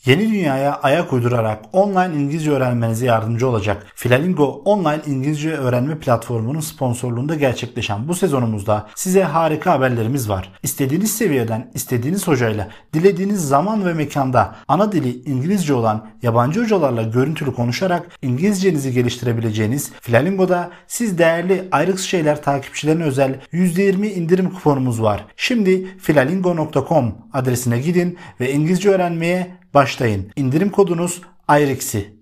Yeni dünyaya ayak uydurarak online İngilizce öğrenmenize yardımcı olacak Filalingo online İngilizce öğrenme platformunun sponsorluğunda gerçekleşen bu sezonumuzda size harika haberlerimiz var. İstediğiniz seviyeden, istediğiniz hocayla, dilediğiniz zaman ve mekanda ana dili İngilizce olan yabancı hocalarla görüntülü konuşarak İngilizcenizi geliştirebileceğiniz Filalingo'da siz değerli Ayrıks Şeyler takipçilerine özel %20 indirim kuponumuz var. Şimdi filalingo.com adresine gidin ve İngilizce öğrenmeye başlayın. İndirim kodunuz AYRIKS'i.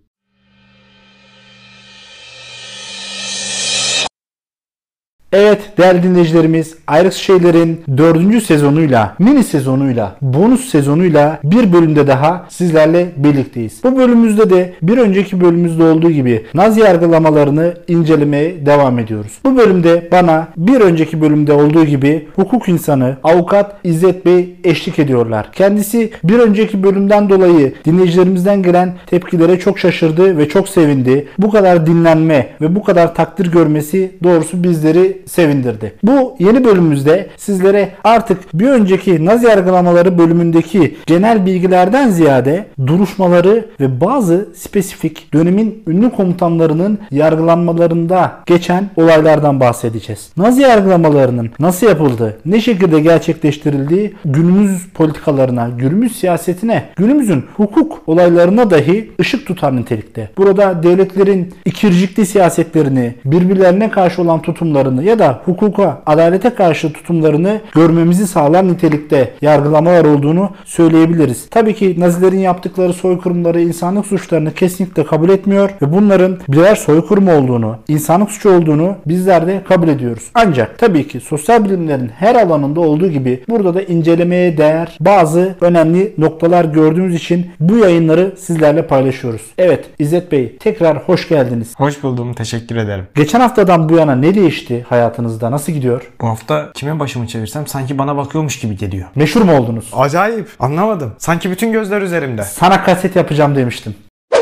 Evet değerli dinleyicilerimiz, Ayrıks Şeyler'in 4. sezonuyla, mini sezonuyla, bonus sezonuyla bir bölümde daha sizlerle birlikteyiz. Bu bölümümüzde de bir önceki bölümümüzde olduğu gibi Nazi yargılamalarını incelemeye devam ediyoruz. Bu bölümde bana bir önceki bölümde olduğu gibi hukuk insanı avukat İzzet Bey eşlik ediyorlar. Kendisi bir önceki bölümden dolayı dinleyicilerimizden gelen tepkilere çok şaşırdı ve çok sevindi. Bu kadar dinlenme ve bu kadar takdir görmesi doğrusu bizleri sevindirdi. Bu yeni bölümümüzde sizlere artık bir önceki Nazi yargılamaları bölümündeki genel bilgilerden ziyade duruşmaları ve bazı spesifik dönemin ünlü komutanlarının yargılanmalarında geçen olaylardan bahsedeceğiz. Nazi yargılamalarının nasıl yapıldığı, ne şekilde gerçekleştirildiği günümüz politikalarına, günümüz siyasetine, günümüzün hukuk olaylarına dahi ışık tutar nitelikte. Burada devletlerin ikircikli siyasetlerini, birbirlerine karşı olan tutumlarını ya da hukuka, adalete karşı tutumlarını görmemizi sağlar nitelikte yargılamalar olduğunu söyleyebiliriz. Tabii ki Nazilerin yaptıkları soykırımları, insanlık suçlarını kesinlikle kabul etmiyor ve bunların birer soykırım olduğunu, insanlık suçu olduğunu bizler de kabul ediyoruz. Ancak tabii ki sosyal bilimlerin her alanında olduğu gibi burada da incelemeye değer bazı önemli noktalar gördüğümüz için bu yayınları sizlerle paylaşıyoruz. Evet İzzet Bey, tekrar hoş geldiniz. Hoş buldum, teşekkür ederim. Geçen haftadan bu yana ne değişti hayatınızda? Nasıl gidiyor? Bu hafta kime başımı çevirsem sanki bana bakıyormuş gibi geliyor. Meşhur mu oldunuz? Acayip, anlamadım. Sanki bütün gözler üzerimde. Sana kaset yapacağım demiştim.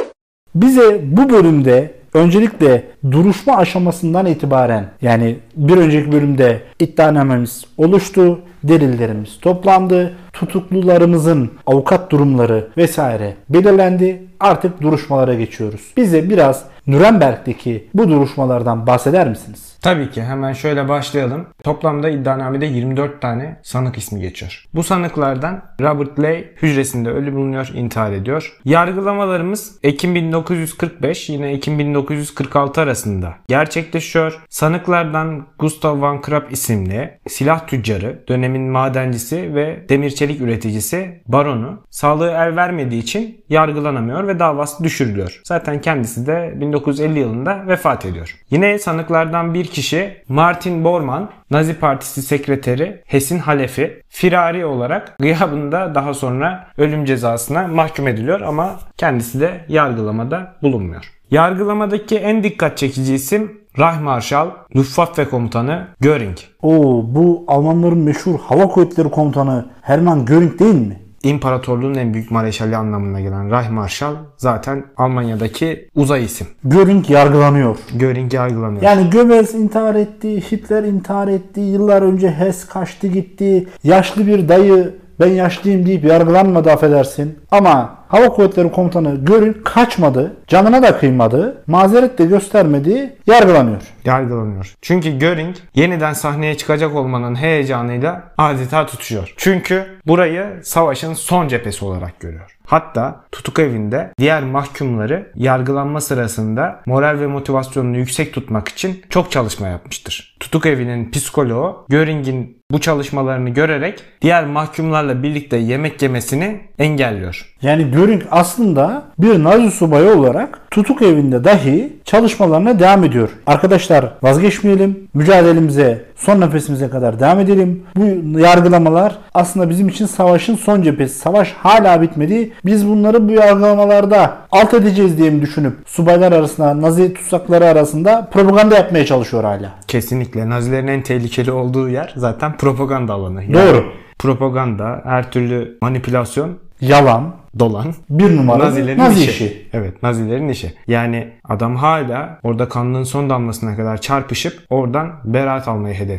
Bize bu bölümde öncelikle duruşma aşamasından itibaren, yani bir önceki bölümde iddianamemiz oluştu, delillerimiz toplandı, tutuklularımızın avukat durumları vesaire belirlendi. Artık duruşmalara geçiyoruz. Bize biraz Nürnberg'deki bu duruşmalardan bahseder misiniz? Tabii ki, hemen şöyle başlayalım. Toplamda iddianamede 24 tane sanık ismi geçiyor. Bu sanıklardan Robert Ley hücresinde ölü bulunuyor, intihar ediyor. Yargılamalarımız Ekim 1945 yine Ekim 1946 arasında gerçekleşiyor. Sanıklardan Gustav van Krapp isimli silah tüccarı, dönemin madencisi ve demir çelik üreticisi baronu sağlığı el vermediği için yargılanamıyor ve davası düşürülüyor. Zaten kendisi de 1950 yılında vefat ediyor. Yine sanıklardan bir kişi Martin Bormann, Nazi Partisi sekreteri, Hess'in halefi, firari olarak gıyabında daha sonra ölüm cezasına mahkum ediliyor ama kendisi de yargılamada bulunmuyor. Yargılamadaki en dikkat çekici isim Reichsmarschall Luftwaffe komutanı Göring. Bu Almanların meşhur hava kuvvetleri komutanı Hermann Göring değil mi? İmparatorluğun en büyük mareşali anlamına gelen Reichsmarschall zaten Almanya'daki uzay isim. Göring yargılanıyor. Göring yargılanıyor. Yani Goebbels intihar etti, Hitler intihar etti, yıllar önce Hess kaçtı gitti, yaşlı bir dayı ben yaşlıyım deyip yargılanmadı, affedersin. Ama Hava Kuvvetleri Komutanı Göring kaçmadı, canına da kıymadı, mazeret de göstermedi, yargılanıyor. Yargılanıyor. Çünkü Göring yeniden sahneye çıkacak olmanın heyecanıyla adeta tutuşuyor. Çünkü burayı savaşın son cephesi olarak görüyor. Hatta tutuk evinde diğer mahkumları yargılanma sırasında moral ve motivasyonunu yüksek tutmak için çok çalışma yapmıştır. Tutuk evinin psikoloğu Göring'in bu çalışmalarını görerek diğer mahkumlarla birlikte yemek yemesini engelliyor. Yani Göring aslında bir Nazi subayı olarak tutuk evinde dahi çalışmalarına devam ediyor. Arkadaşlar vazgeçmeyelim, mücadelemize son nefesimize kadar devam edelim. Bu yargılamalar aslında bizim için savaşın son cephesi. Savaş hala bitmedi. Biz bunları bu yargılamalarda alt edeceğiz diye mi düşünüp subaylar arasında, Nazi tutsakları arasında propaganda yapmaya çalışıyor hala. Kesinlikle. Nazilerin en tehlikeli olduğu yer zaten propaganda alanı. Yani doğru. Propaganda, her türlü manipülasyon, yalan, dolan bir numaralı Nazi işi. Evet, Nazilerin işi. Yani adam hala orada kanının son damlasına kadar çarpışıp oradan beraat almayı hedefliyor.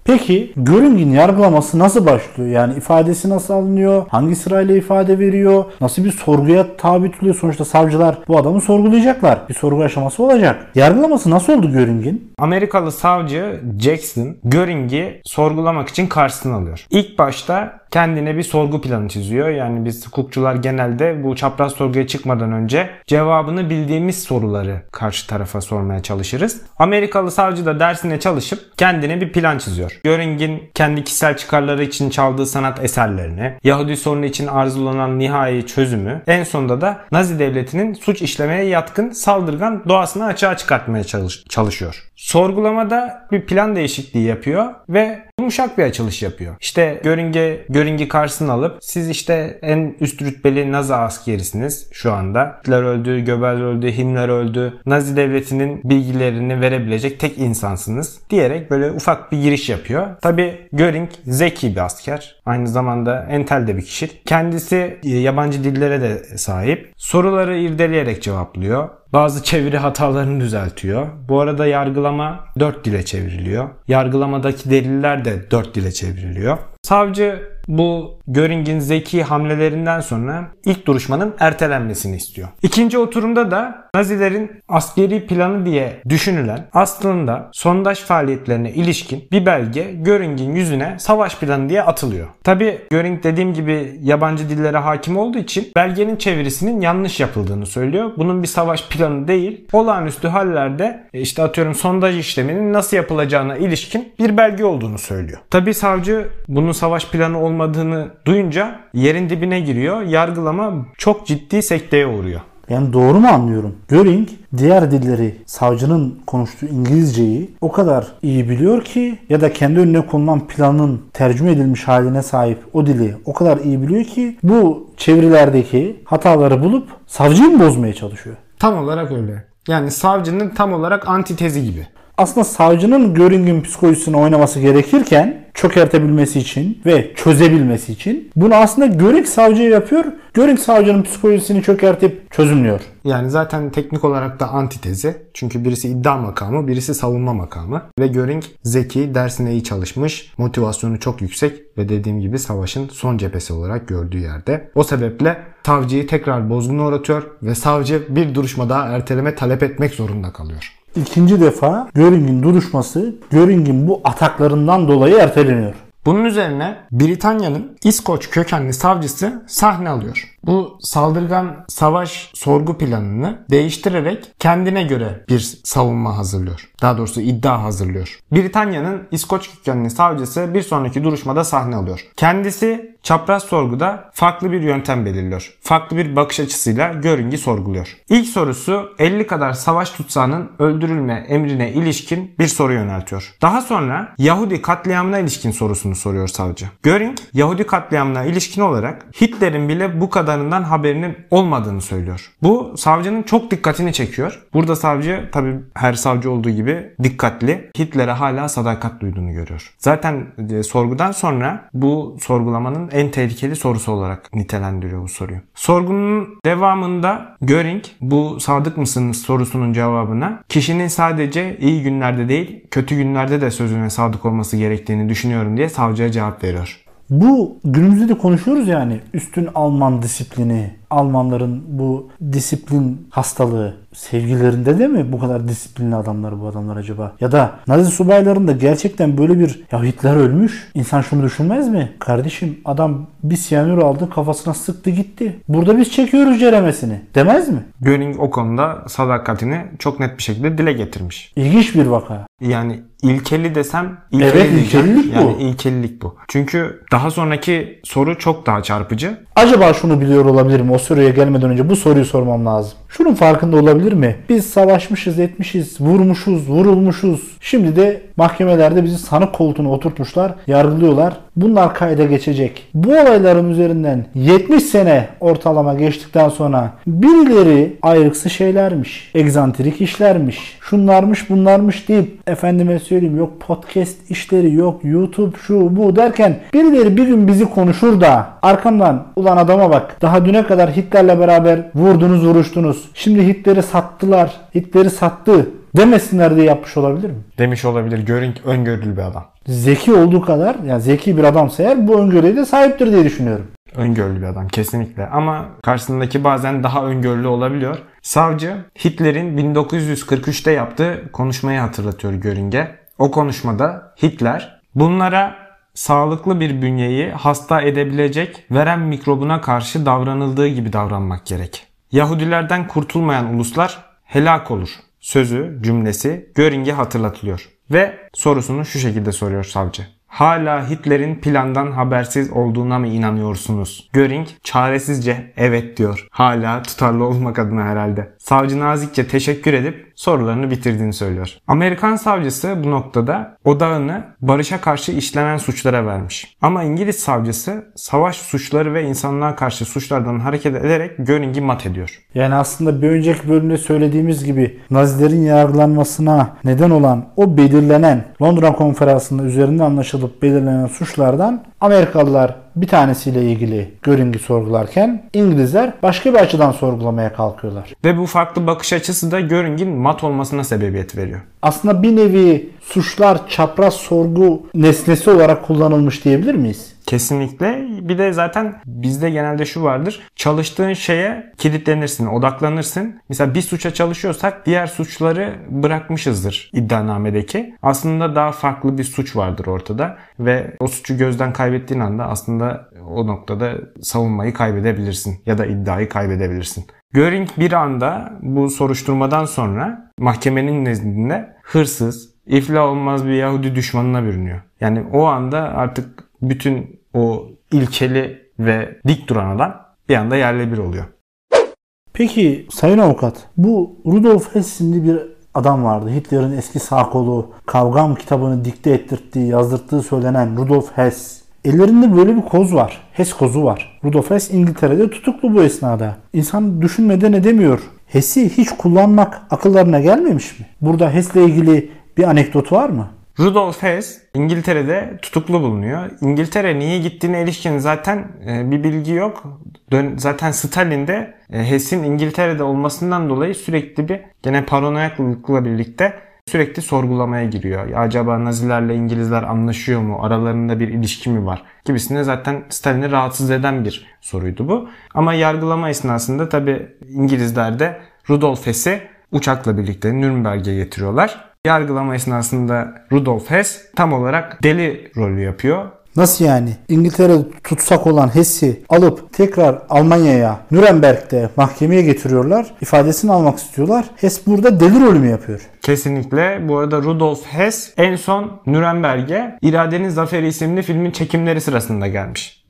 Peki Göring'in yargılaması nasıl başlıyor? Yani ifadesi nasıl alınıyor? Hangi sırayla ifade veriyor? Nasıl bir sorguya tabi tutuluyor? Sonuçta savcılar bu adamı sorgulayacaklar. Bir sorgu aşaması olacak. Yargılaması nasıl oldu Göring'in? Amerikalı savcı Jackson Göring'i sorgulamak için karşısına alıyor. İlk başta kendine bir sorgu planı çiziyor. Yani biz hukukçular genelde bu çapraz sorguya çıkmadan önce cevabını bildiğimiz soruları karşı tarafa sormaya çalışırız. Amerikalı savcı da dersine çalışıp kendine bir plan çiziyor. Göring'in kendi kişisel çıkarları için çaldığı sanat eserlerini, Yahudi sorunu için arzulanan nihai çözümü, en sonunda da Nazi devletinin suç işlemeye yatkın saldırgan doğasını açığa çıkartmaya çalışıyor. Sorgulamada bir plan değişikliği yapıyor ve yumuşak bir açılış yapıyor. İşte Göring'i karşısına alıp siz işte en üst rütbeli Nazi askerisiniz şu anda. Hitler öldü, Göbel öldü, Himmler öldü. Nazi devletinin bilgilerini verebilecek tek insansınız diyerek böyle ufak bir giriş yapıyor. Tabii Göring zeki bir asker. Aynı zamanda entel de bir kişi. Kendisi yabancı dillere de sahip. Soruları irdeleyerek cevaplıyor. Bazı çeviri hatalarını düzeltiyor. Bu arada yargılama 4 dile çevriliyor. Yargılamadaki deliller de 4 dile çevriliyor. Savcı bu Göring'in zeki hamlelerinden sonra ilk duruşmanın ertelenmesini istiyor. İkinci oturumda da Nazilerin askeri planı diye düşünülen aslında sondaj faaliyetlerine ilişkin bir belge Göring'in yüzüne savaş planı diye atılıyor. Tabi Göring dediğim gibi yabancı dillere hakim olduğu için belgenin çevirisinin yanlış yapıldığını söylüyor. Bunun bir savaş planı değil, olağanüstü hallerde işte atıyorum sondaj işleminin nasıl yapılacağına ilişkin bir belge olduğunu söylüyor. Tabi savcı bunun savaş planı olmadığını duyunca yerin dibine giriyor. Yargılama çok ciddi sekteye uğruyor. Yani doğru mu anlıyorum? Göring diğer dilleri, savcının konuştuğu İngilizceyi o kadar iyi biliyor ki ya da kendi önüne konulan planın tercüme edilmiş haline sahip o dili o kadar iyi biliyor ki bu çevirilerdeki hataları bulup savcıyı mı bozmaya çalışıyor? Tam olarak öyle. Yani savcının tam olarak antitezi gibi. Aslında savcının Göring'in psikolojisini oynaması gerekirken çökertebilmesi için ve çözebilmesi için bunu aslında Göring savcıya yapıyor. Göring savcının psikolojisini çökertip çözümlüyor. Yani zaten teknik olarak da antitezi. Çünkü birisi iddia makamı, birisi savunma makamı. Ve Göring zeki, dersine iyi çalışmış, motivasyonu çok yüksek ve dediğim gibi savaşın son cephesi olarak gördüğü yerde. O sebeple savcıyı tekrar bozguna uğratıyor ve savcı bir duruşma daha erteleme talep etmek zorunda kalıyor. İkinci defa Göring'in duruşması Göring'in bu ataklarından dolayı erteleniyor. Bunun üzerine Britanya'nın İskoç kökenli savcısı sahne alıyor. Bu saldırgan savaş sorgu planını değiştirerek kendine göre bir savunma hazırlıyor. Daha doğrusu iddia hazırlıyor. Britanya'nın İskoç kökenli savcısı bir sonraki duruşmada sahne alıyor. Kendisi çapraz sorguda farklı bir yöntem belirliyor. Farklı bir bakış açısıyla Göring'i sorguluyor. İlk sorusu 50 kadar savaş tutsağının öldürülme emrine ilişkin bir soru yöneltiyor. Daha sonra Yahudi katliamına ilişkin sorusunu soruyor savcı. Göring Yahudi katliamına ilişkin olarak Hitler'in bile bu kadarından haberinin olmadığını söylüyor. Bu savcının çok dikkatini çekiyor. Burada savcı tabii her savcı olduğu gibi dikkatli. Hitler'e hala sadakat duyduğunu görüyor. Zaten sorgudan sonra bu sorgulamanın en tehlikeli sorusu olarak nitelendiriyor bu soruyu. Sorgunun devamında Göring bu sadık mısınız sorusunun cevabına kişinin sadece iyi günlerde değil kötü günlerde de sözüne sadık olması gerektiğini düşünüyorum diye savcıya cevap veriyor. Bu günümüzde de konuşuyoruz yani üstün Alman disiplini, Almanların bu disiplin hastalığı sevgilerinde de mi bu kadar disiplinli adamlar bu adamlar acaba? Ya da Nazi subaylarında gerçekten böyle bir ya Hitler ölmüş. İnsan şunu düşünmez mi? Kardeşim adam bir siyanür aldı kafasına sıktı gitti. Burada biz çekiyoruz ceremesini demez mi? Göring o konuda sadakatini çok net bir şekilde dile getirmiş. İlginç bir vaka. Yani ilkeli desem evet ilkelilik bu. Yani ilkelilik bu. Çünkü daha sonraki soru çok daha çarpıcı. Acaba şunu biliyor olabilir mi? O soruya gelmeden önce bu soruyu sormam lazım. Şunun farkında olabilir mi? Biz savaşmışız, etmişiz, vurmuşuz, vurulmuşuz. Şimdi de mahkemelerde bizi sanık koltuğuna oturtmuşlar, yargılıyorlar. Bunlar kayda geçecek. Bu olayların üzerinden 70 sene ortalama geçtikten sonra birileri ayrıksı şeylermiş, egzantrik işlermiş, şunlarmış bunlarmış deyip efendime söyleyeyim yok podcast işleri yok YouTube şu bu derken birileri bir gün bizi konuşur da arkamdan ulan adama bak daha düne kadar Hitler'le beraber vurdunuz vuruştunuz. Şimdi Hitler'i sattılar. Hitler'i sattı demesinler diye yapmış olabilir mi? Demiş olabilir. Göring öngörülü bir adam. zeki olduğu kadar, yani zeki bir adamsa eğer, bu öngörüye de sahiptir diye düşünüyorum. Öngörülü bir adam kesinlikle, ama karşısındaki bazen daha öngörülü olabiliyor. Savcı Hitler'in 1943'te yaptığı konuşmayı hatırlatıyor Göring'e. O konuşmada Hitler bunlara sağlıklı bir bünyeyi hasta edebilecek verem mikrobuna karşı davranıldığı gibi davranmak gerek. Yahudilerden kurtulmayan uluslar helak olur sözü, cümlesi Göring'e hatırlatılıyor. Ve sorusunu şu şekilde soruyor savcı. Hala Hitler'in plandan habersiz olduğuna mı inanıyorsunuz? Göring çaresizce evet diyor. Hala tutarlı olmak adına herhalde. Savcı nazikçe teşekkür edip sorularını bitirdiğini söylüyor. Amerikan savcısı bu noktada odağını barışa karşı işlenen suçlara vermiş. Ama İngiliz savcısı savaş suçları ve insanlığa karşı suçlardan hareket ederek Göring'i mat ediyor. Yani aslında bir önceki bölümde söylediğimiz gibi Nazilerin yargılanmasına neden olan o belirlenen Londra Konferansı'nda üzerinde anlaşılıp belirlenen suçlardan Amerikalılar bir tanesiyle ilgili Göring'i sorgularken İngilizler başka bir açıdan sorgulamaya kalkıyorlar. Ve bu farklı bakış açısı da Göring'in mat olmasına sebebiyet veriyor. Aslında bir nevi suçlar çapraz sorgu nesnesi olarak kullanılmış diyebilir miyiz? Kesinlikle. Bir de zaten bizde genelde şu vardır. Çalıştığın şeye kilitlenirsin, odaklanırsın. Mesela bir suça çalışıyorsak diğer suçları bırakmışızdır iddianamedeki. Aslında daha farklı bir suç vardır ortada ve o suçu gözden kaybettiğin anda aslında o noktada savunmayı kaybedebilirsin ya da iddiayı kaybedebilirsin. Göring bir anda bu soruşturmadan sonra mahkemenin nezdinde hırsız, iflah olmaz bir Yahudi düşmanına bürünüyor. Yani o anda artık bütün o ilkeli ve dik duran adam bir anda yerle bir oluyor. Peki Sayın Avukat, bu Rudolf Hess isimli bir adam vardı. Hitler'in eski sağ kolu, Kavgam kitabını dikte ettirttiği, yazdırttığı söylenen Rudolf Hess. Ellerinde böyle bir koz var. Hess kozu var. Rudolf Hess İngiltere'de tutuklu bu esnada. İnsan düşünmeden edemiyor. Hess'i hiç kullanmak akıllarına gelmemiş mi? Burada Hess'le ilgili bir anekdot var mı? Rudolf Hess İngiltere'de tutuklu bulunuyor. İngiltere niye gittiğine ilişkin zaten bir bilgi yok. Zaten Stalin de Hess'in İngiltere'de olmasından dolayı sürekli bir gene paranoyaklıkla birlikte sürekli sorgulamaya giriyor. Ya acaba Nazilerle İngilizler anlaşıyor mu? Aralarında bir ilişki mi var? Gibisinde zaten Stalin'i rahatsız eden bir soruydu bu. Ama yargılama esnasında tabii İngilizler de Rudolf Hess'i uçakla birlikte Nürnberg'e getiriyorlar. Yargılama esnasında Rudolf Hess tam olarak deli rolü yapıyor. Nasıl yani? İngiltere'de tutsak olan Hess'i alıp tekrar Almanya'ya, Nürnberg'de mahkemeye getiriyorlar. İfadesini almak istiyorlar. Hess burada deli rolü mü yapıyor? Kesinlikle. Bu arada Rudolf Hess en son Nürnberg'e İradenin Zaferi isimli filmin çekimleri sırasında gelmiş.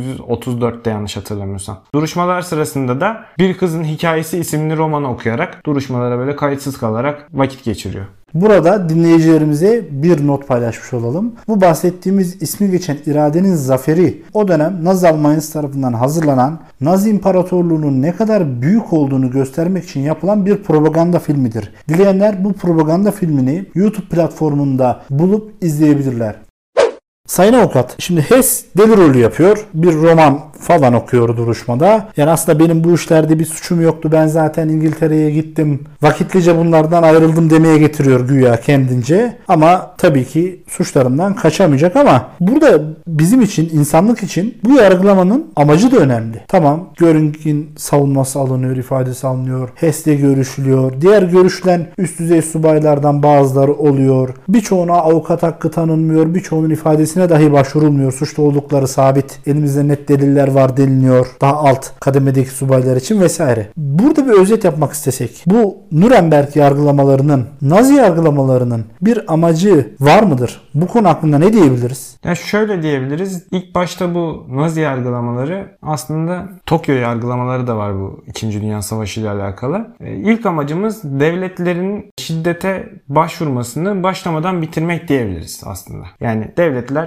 1934'te yanlış hatırlamıyorsam. Duruşmalar sırasında da Bir Kızın Hikayesi isimli romanı okuyarak duruşmalara böyle kayıtsız kalarak vakit geçiriyor. Burada dinleyicilerimize bir not paylaşmış olalım. Bu bahsettiğimiz ismi geçen İradenin Zaferi o dönem Nazi Almanyası tarafından hazırlanan Nazi İmparatorluğu'nun ne kadar büyük olduğunu göstermek için yapılan bir propaganda filmidir. Dileyenler bu propaganda filmini YouTube platformunda bulup izleyebilirler. Sayın Avukat, şimdi Hess deli rolü yapıyor. Bir roman falan okuyor duruşmada. Yani aslında benim bu işlerde bir suçum yoktu. Ben zaten İngiltere'ye gittim. Vakitlice bunlardan ayrıldım demeye getiriyor güya kendince. Ama tabii ki suçlarından kaçamayacak ama burada bizim için, insanlık için bu yargılamanın amacı da önemli. Tamam, Göring'in savunması alınıyor, ifadesi alınıyor. Hess'le görüşülüyor. Diğer görüşülen üst düzey subaylardan bazıları oluyor. Birçoğuna avukat hakkı tanınmıyor. Birçoğunun ifadesine dahi başvurulmuyor. Suçlu oldukları sabit. Elimizde net deliller var deniliyor. Daha alt kademedeki subaylar için vesaire. Burada bir özet yapmak istesek, bu Nürnberg yargılamalarının, Nazi yargılamalarının bir amacı var mıdır? Bu konu hakkında ne diyebiliriz? Ya şöyle diyebiliriz. İlk başta bu Nazi yargılamaları aslında Tokyo yargılamaları da var bu 2. Dünya Savaşı ile alakalı. İlk amacımız devletlerin şiddete başvurmasını başlamadan bitirmek diyebiliriz aslında. Yani devletler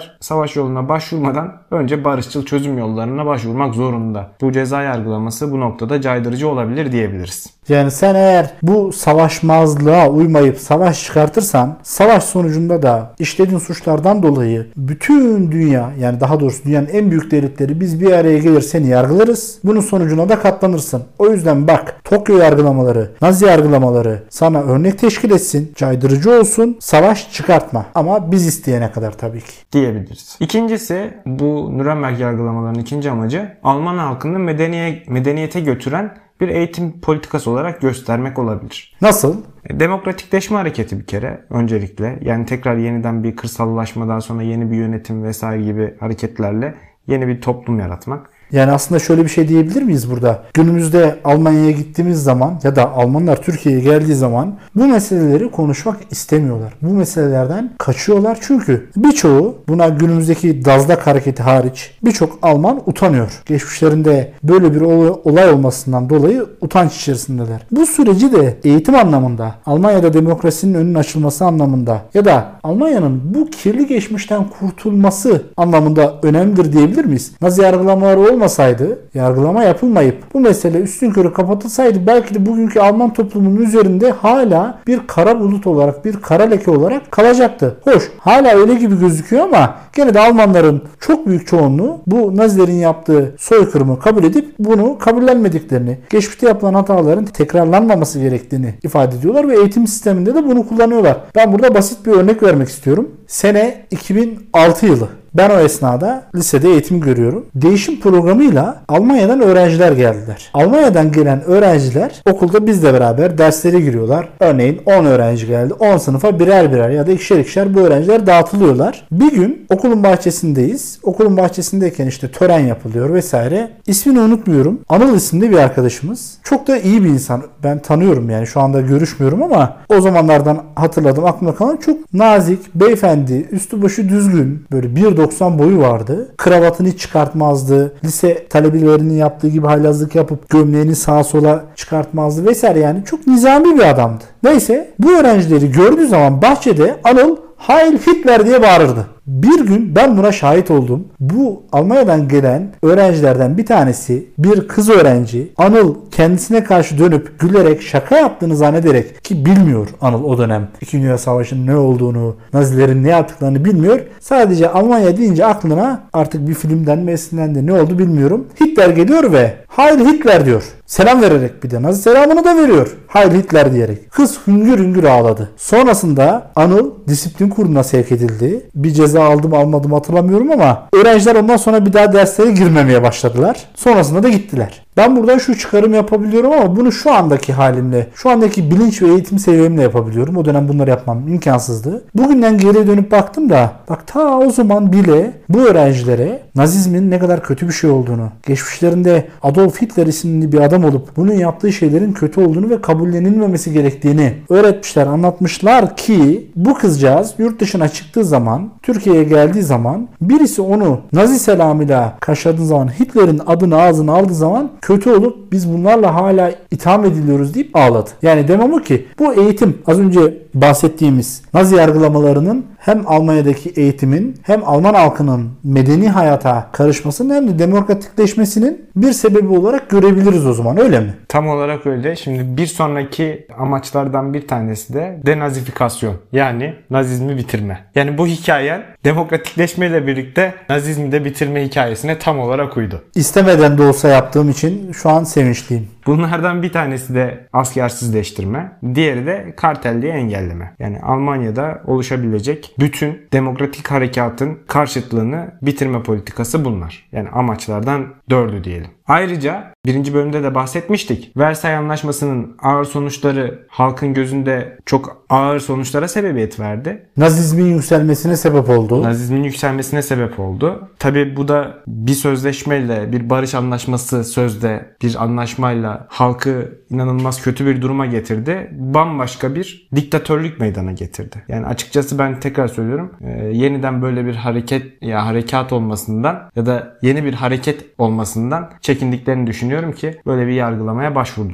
ülkeler savaş yoluna başvurmadan önce barışçıl çözüm yollarına başvurmak zorunda. Bu ceza yargılaması bu noktada caydırıcı olabilir diyebiliriz. Yani sen eğer bu savaşmazlığa uymayıp savaş çıkartırsan, savaş sonucunda da işlediğin suçlardan dolayı bütün dünya, yani daha doğrusu dünyanın en büyük devletleri biz bir araya gelir seni yargılarız. Bunun sonucuna da katlanırsın. O yüzden bak, Tokyo yargılamaları, Nazi yargılamaları sana örnek teşkil etsin, caydırıcı olsun, savaş çıkartma. Ama biz isteyene kadar tabii ki. Diyebiliriz. İkincisi, bu Nuremberg yargılamalarının ikinci amacı Alman halkını medeniyete götüren bir eğitim politikası olarak göstermek olabilir. Nasıl? Demokratikleşme hareketi bir kere öncelikle. Yani tekrar yeniden bir kırsallaşmadan sonra yeni bir yönetim vesaire gibi hareketlerle yeni bir toplum yaratmak. Yani aslında şöyle bir şey diyebilir miyiz burada? Günümüzde Almanya'ya gittiğimiz zaman ya da Almanlar Türkiye'ye geldiği zaman bu meseleleri konuşmak istemiyorlar. Bu meselelerden kaçıyorlar çünkü birçoğu, buna günümüzdeki Dazlak hareketi hariç, birçok Alman utanıyor. Geçmişlerinde böyle bir olay olmasından dolayı utanç içerisindeler. Bu süreci de eğitim anlamında, Almanya'da demokrasinin önünün açılması anlamında ya da Almanya'nın bu kirli geçmişten kurtulması anlamında önemlidir diyebilir miyiz? Nazi yargılamaları olmasaydı, yargılama yapılmayıp bu mesele üstünkörü kapatılsaydı belki de bugünkü Alman toplumunun üzerinde hala bir kara bulut olarak, bir kara leke olarak kalacaktı. Hoş, hala öyle gibi gözüküyor ama gene de Almanların çok büyük çoğunluğu bu Nazilerin yaptığı soykırımı kabul edip bunu kabullenmediklerini, geçmişte yapılan hataların tekrarlanmaması gerektiğini ifade ediyorlar ve eğitim sisteminde de bunu kullanıyorlar. Ben burada basit bir örnek vermek istiyorum. Sene 2006 yılı. Ben o esnada lisede eğitim görüyorum. Değişim programıyla Almanya'dan öğrenciler geldiler. Almanya'dan gelen öğrenciler okulda bizle beraber derslere giriyorlar. Örneğin 10 öğrenci geldi. 10 sınıfa birer birer ya da ikişer bu öğrenciler dağıtılıyorlar. Bir gün okulun bahçesindeyiz. Okulun bahçesindeyken işte tören yapılıyor vesaire. İsmini unutmuyorum. Anıl isimli bir arkadaşımız. Çok da iyi bir insan. Ben tanıyorum, yani şu anda görüşmüyorum ama o zamanlardan hatırladım, aklımda kalan, çok nazik, beyefendi, üstü başı düzgün, böyle 1.90 boyu vardı. Kravatını hiç çıkartmazdı. Lise talebelerinin yaptığı gibi haylazlık yapıp gömleğini sağa sola çıkartmazdı vesaire, yani çok nizami bir adamdı. Neyse, bu öğrencileri gördüğü zaman bahçede Anıl Heil Hitler diye bağırırdı. Bir gün ben buna şahit oldum. Bu Almanya'dan gelen öğrencilerden bir tanesi, bir kız öğrenci, Anıl kendisine karşı dönüp gülerek şaka yaptığını zannederek, ki bilmiyor Anıl o dönem 2. Dünya Savaşı'nın ne olduğunu, Nazilerin ne yaptıklarını bilmiyor. Sadece Almanya deyince aklına artık bir filmden mi esinlendi, ne oldu bilmiyorum, Hitler geliyor ve Heil Hitler diyor. Selam vererek, bir de Nazi selamını da veriyor. Heil Hitler diyerek. Kız hüngür hüngür ağladı. Sonrasında Anıl disiplin kuruluna sevk edildi. Bir ceza aldım almadım hatırlamıyorum ama öğrenciler ondan sonra bir daha derslere girmemeye başladılar. Sonrasında da gittiler. Ben buradan şu çıkarım yapabiliyorum ama bunu şu andaki halimle, şu andaki bilinç ve eğitim seviyemle yapabiliyorum. O dönem bunları yapmam imkansızdı. Bugünden geriye dönüp baktım da, bak ta o zaman bile bu öğrencilere Nazizmin ne kadar kötü bir şey olduğunu, geçmişlerinde Adolf Hitler isimli bir adam olup bunun yaptığı şeylerin kötü olduğunu ve kabullenilmemesi gerektiğini öğretmişler, anlatmışlar ki bu kızcağız yurt dışına çıktığı zaman, Türkiye'ye geldiği zaman, birisi onu Nazi selamıyla karşıladığı zaman, Hitler'in adını ağzına aldığı zaman kötü olup biz bunlarla hala itham ediliyoruz deyip ağladı. Yani demem o ki bu eğitim, az önce bahsettiğimiz Nazi yargılamalarının hem Almanya'daki eğitimin hem Alman halkının medeni hayata karışmasının hem de demokratikleşmesinin bir sebebi olarak görebiliriz o zaman, öyle mi? Tam olarak öyle. Şimdi bir sonraki amaçlardan bir tanesi de denazifikasyon. Yani Nazizmi bitirme. Yani bu hikayen demokratikleşmeyle birlikte Nazizmi de bitirme hikayesine tam olarak uydu. İstemeden de olsa yaptığım için şu an sevinçliyim. Bunlardan bir tanesi de askersizleştirme, diğeri de kartelliği engelleme. Yani Almanya'da oluşabilecek bütün demokratik harekatın karşıtlığını bitirme politikası bunlar. Yani amaçlardan 4'ü diyelim. Ayrıca birinci bölümde de bahsetmiştik. Versay Anlaşması'nın ağır sonuçları halkın gözünde çok ağır sonuçlara sebebiyet verdi. Nazizmin yükselmesine sebep oldu. Nazizmin yükselmesine sebep oldu. Tabii bu da bir sözleşmeyle, bir barış anlaşması sözde bir anlaşmayla halkı inanılmaz kötü bir duruma getirdi. Bambaşka bir diktatörlük meydana getirdi. Yani açıkçası ben tekrar söylüyorum. Yeniden böyle bir harekat olmasından ya da yeni bir hareket olmasından çekindiklerini düşünüyorum ki böyle bir yargılamaya başvurdular.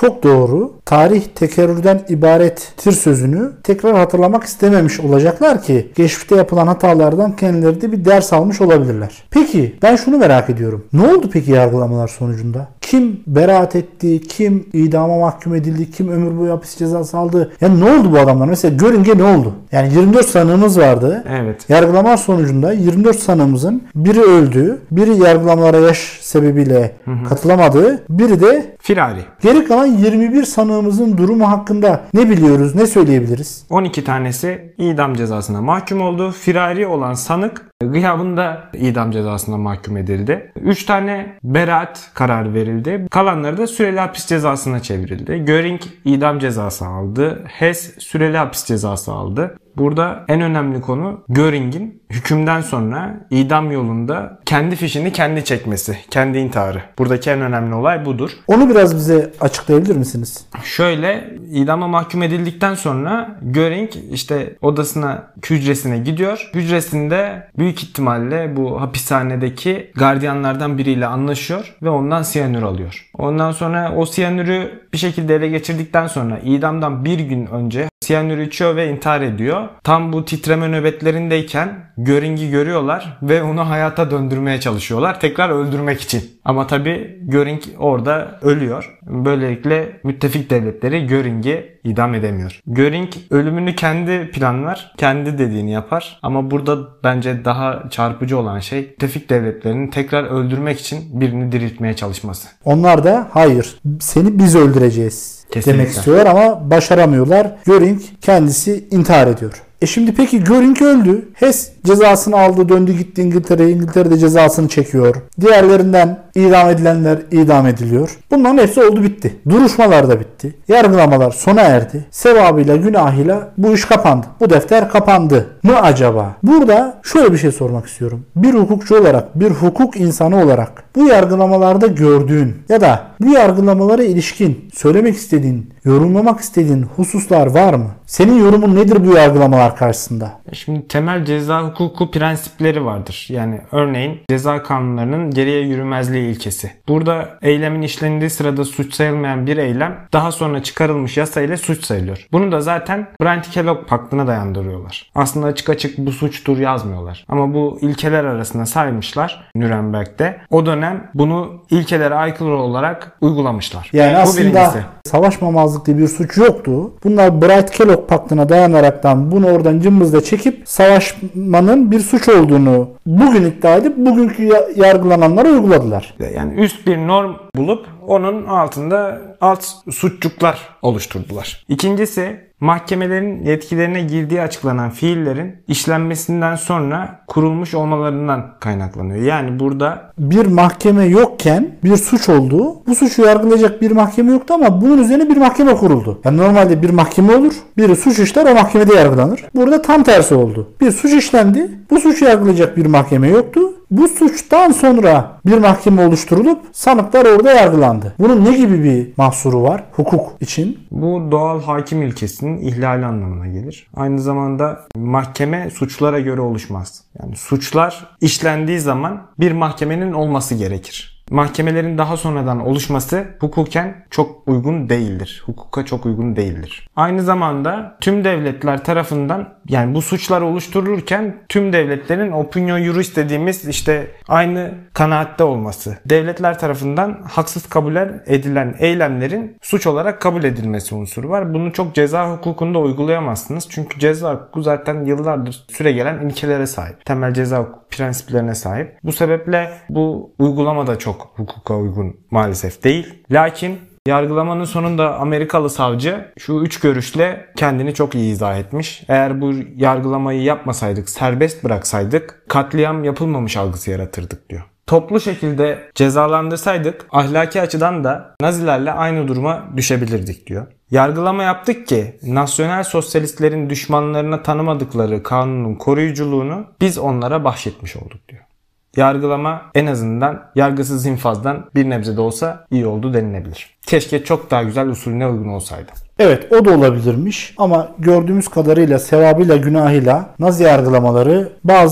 çok doğru. Tarih tekerrürden ibarettir sözünü tekrar hatırlamak istememiş olacaklar ki geçmişte yapılan hatalardan kendileri de bir ders almış olabilirler. Peki ben şunu merak ediyorum. Ne oldu peki yargılamalar sonucunda? Kim beraat etti? Kim idama mahkum edildi? Kim ömür boyu hapis cezası aldı? Yani ne oldu bu adamlar? Mesela Göring'e ne oldu? Yani 24 sanığımız vardı. Evet. Yargılamalar sonucunda 24 sanığımızın biri öldü. Biri yargılamalara yaş sebebiyle katılamadı. Biri de firari. Geri kalan 21 sanığımızın durumu hakkında ne biliyoruz? Ne söyleyebiliriz? 12 tanesi idam cezasına mahkum oldu. Firari olan sanık gıyabında idam cezasına mahkum edildi. 3 tane beraat kararı verildi. Kalanları da süreli hapis cezasına çevrildi. Göring idam cezası aldı. Hess süreli hapis cezası aldı. Burada en önemli konu Göring'in hükümden sonra idam yolunda kendi fişini kendi çekmesi. Kendi intiharı. Buradaki en önemli olay budur. Onu biraz bize açıklayabilir misiniz? Şöyle, idama mahkum edildikten sonra Göring işte odasına, hücresine gidiyor. Hücresinde büyük ihtimalle bu hapishanedeki gardiyanlardan biriyle anlaşıyor ve ondan siyanür alıyor. Ondan sonra o siyanürü bir şekilde ele geçirdikten sonra idamdan bir gün önce siyanürü içiyor ve intihar ediyor. Tam bu titreme nöbetlerindeyken Göring'i görüyorlar ve onu hayata döndürmeye çalışıyorlar. Tekrar öldürmek için. Ama tabii Göring orada ölüyor. Böylelikle müttefik devletleri Göring'i idam edemiyor. Göring ölümünü kendi planlar, kendi dediğini yapar. Ama burada bence daha çarpıcı olan şey müttefik devletlerini tekrar öldürmek için birini diriltmeye çalışması. Onlar da hayır, seni biz öldüreceğiz Kesinlikle demek istiyorlar ama başaramıyorlar. Göring kendisi intihar ediyor. Şimdi peki Göring öldü. Hess cezasını aldı, döndü gitti İngiltere'ye. İngiltere'de cezasını çekiyor. Diğerlerinden idam edilenler idam ediliyor. Bunların hepsi oldu bitti. Duruşmalar da bitti. Yargılamalar sona erdi. Sevabıyla günahıyla bu iş kapandı. Bu defter kapandı mı acaba? Burada şöyle bir şey sormak istiyorum. Bir hukukçu olarak, bir hukuk insanı olarak bu yargılamalarda gördüğün ya da bu yargılamalara ilişkin söylemek istediğin, yorumlamak istediğin hususlar var mı? Senin yorumun nedir bu yargılamalar karşısında? Şimdi temel ceza hukuku prensipleri vardır. Yani örneğin ceza kanunlarının geriye yürümezliği ilkesi. Burada eylemin işlendiği sırada suç sayılmayan bir eylem daha sonra çıkarılmış yasa ile suç sayılıyor. Bunu da zaten Brent-Kellogg paktına dayandırıyorlar. Aslında açık açık bu suçtur yazmıyorlar. Ama bu ilkeler arasında saymışlar Nürnberg'de. O dönem bunu ilkelere aykırı olarak uygulamışlar. Yani bu aslında birincisi. savaşmamazlık diye bir suç yoktu. Bunlar Brent-Kellogg paktına dayanaraktan bunu oradan cımbızla çekip savaşmanın bir suç olduğunu bugün iddia edip bugünkü yargılananlara uyguladılar. Yani üst bir norm bulup onun altında alt suçluklar oluşturdular. İkincisi, mahkemelerin yetkilerine girdiği açıklanan fiillerin işlenmesinden sonra kurulmuş olmalarından kaynaklanıyor. Yani burada bir mahkeme yokken bir suç oldu. Bu suçu yargılayacak bir mahkeme yoktu ama bunun üzerine bir mahkeme kuruldu. Yani normalde bir mahkeme olur. Biri suç işler, o mahkemede yargılanır. Burada tam tersi oldu. Bir suç işlendi. Bu suçu yargılayacak bir mahkeme yoktu. Bu suçtan sonra bir mahkeme oluşturulup sanıklar orada yargılandı. Bunun ne gibi bir mahsuru var hukuk için? bu doğal hakim ilkesinin ihlali anlamına gelir. Aynı zamanda mahkeme suçlara göre oluşmaz. Yani suçlar işlendiği zaman bir mahkemenin olması gerekir. Mahkemelerin daha sonradan oluşması hukuken çok uygun değildir. Hukuka çok uygun değildir. Aynı zamanda tüm devletler tarafından, yani bu suçlar oluşturulurken tüm devletlerin opinion juris dediğimiz işte aynı kanaatte olması. Devletler tarafından haksız kabul edilen eylemlerin suç olarak kabul edilmesi unsuru var. Bunu çok ceza hukukunda uygulayamazsınız. Çünkü ceza hukuku zaten yıllardır süregelen ilkelere sahip. Temel ceza hukuku prensiplerine sahip. Bu sebeple bu uygulama da çok hukuka uygun maalesef değil. Lakin yargılamanın sonunda Amerikalı savcı şu üç görüşle kendini çok iyi izah etmiş. Eğer bu yargılamayı yapmasaydık, serbest bıraksaydık katliam yapılmamış algısı yaratırdık diyor. Toplu şekilde cezalandırsaydık ahlaki açıdan da Nazilerle aynı duruma düşebilirdik diyor. Yargılama yaptık ki nasyonel sosyalistlerin düşmanlarına tanımadıkları kanunun koruyuculuğunu biz onlara bahşetmiş olduk diyor. Yargılama en azından yargısız infazdan bir nebze de olsa iyi oldu denilebilir. Keşke çok daha güzel usulüne uygun olsaydı. Evet, o da olabilirmiş ama gördüğümüz kadarıyla sevabıyla günahıyla Nazi yargılamaları bazı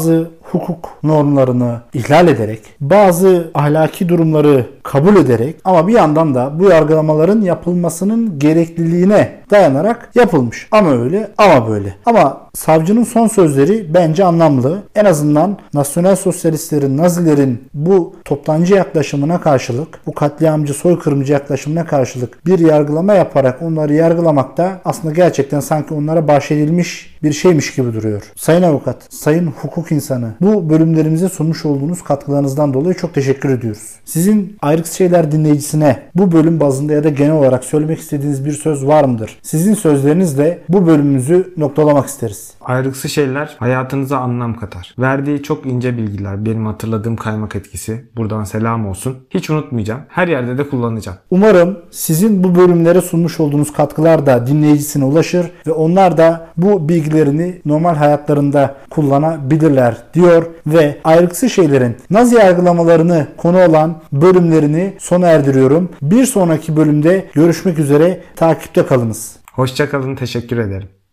hukuk normlarını ihlal ederek, bazı ahlaki durumları kabul ederek ama bir yandan da bu yargılamaların yapılmasının gerekliliğine dayanarak yapılmış. Ama öyle ama böyle. Ama savcının son sözleri bence anlamlı. En azından nasyonel sosyalistlerin, Nazilerin bu toptancı yaklaşımına karşılık, bu katliamcı, soykırımcı yaklaşımına karşılık bir yargılama yaparak onları yargılamakta aslında gerçekten sanki onlara bahşedilmiş bir şeymiş gibi duruyor. Sayın avukat, sayın hukuk insanı, bu bölümlerimize sunmuş olduğunuz katkılarınızdan dolayı çok teşekkür ediyoruz. Sizin Ayrıksız Şeyler dinleyicisine bu bölüm bazında ya da genel olarak söylemek istediğiniz bir söz var mıdır? Sizin sözlerinizle bu bölümümüzü noktalamak isteriz. Ayrıksı şeyler hayatınıza anlam katar. Verdiği çok ince bilgiler, benim hatırladığım kaymak etkisi. Buradan selam olsun. Hiç unutmayacağım. Her yerde de kullanacağım. Umarım sizin bu bölümlere sunmuş olduğunuz katkılar da dinleyicisine ulaşır ve onlar da bu bilgilerini normal hayatlarında kullanabilirler diyor ve Ayrıksız Şeylerin Nazi yargılamalarını konu olan bölümlerini sona erdiriyorum. Bir sonraki bölümde görüşmek üzere. Takipte kalınız. Hoşça kalın. Teşekkür ederim.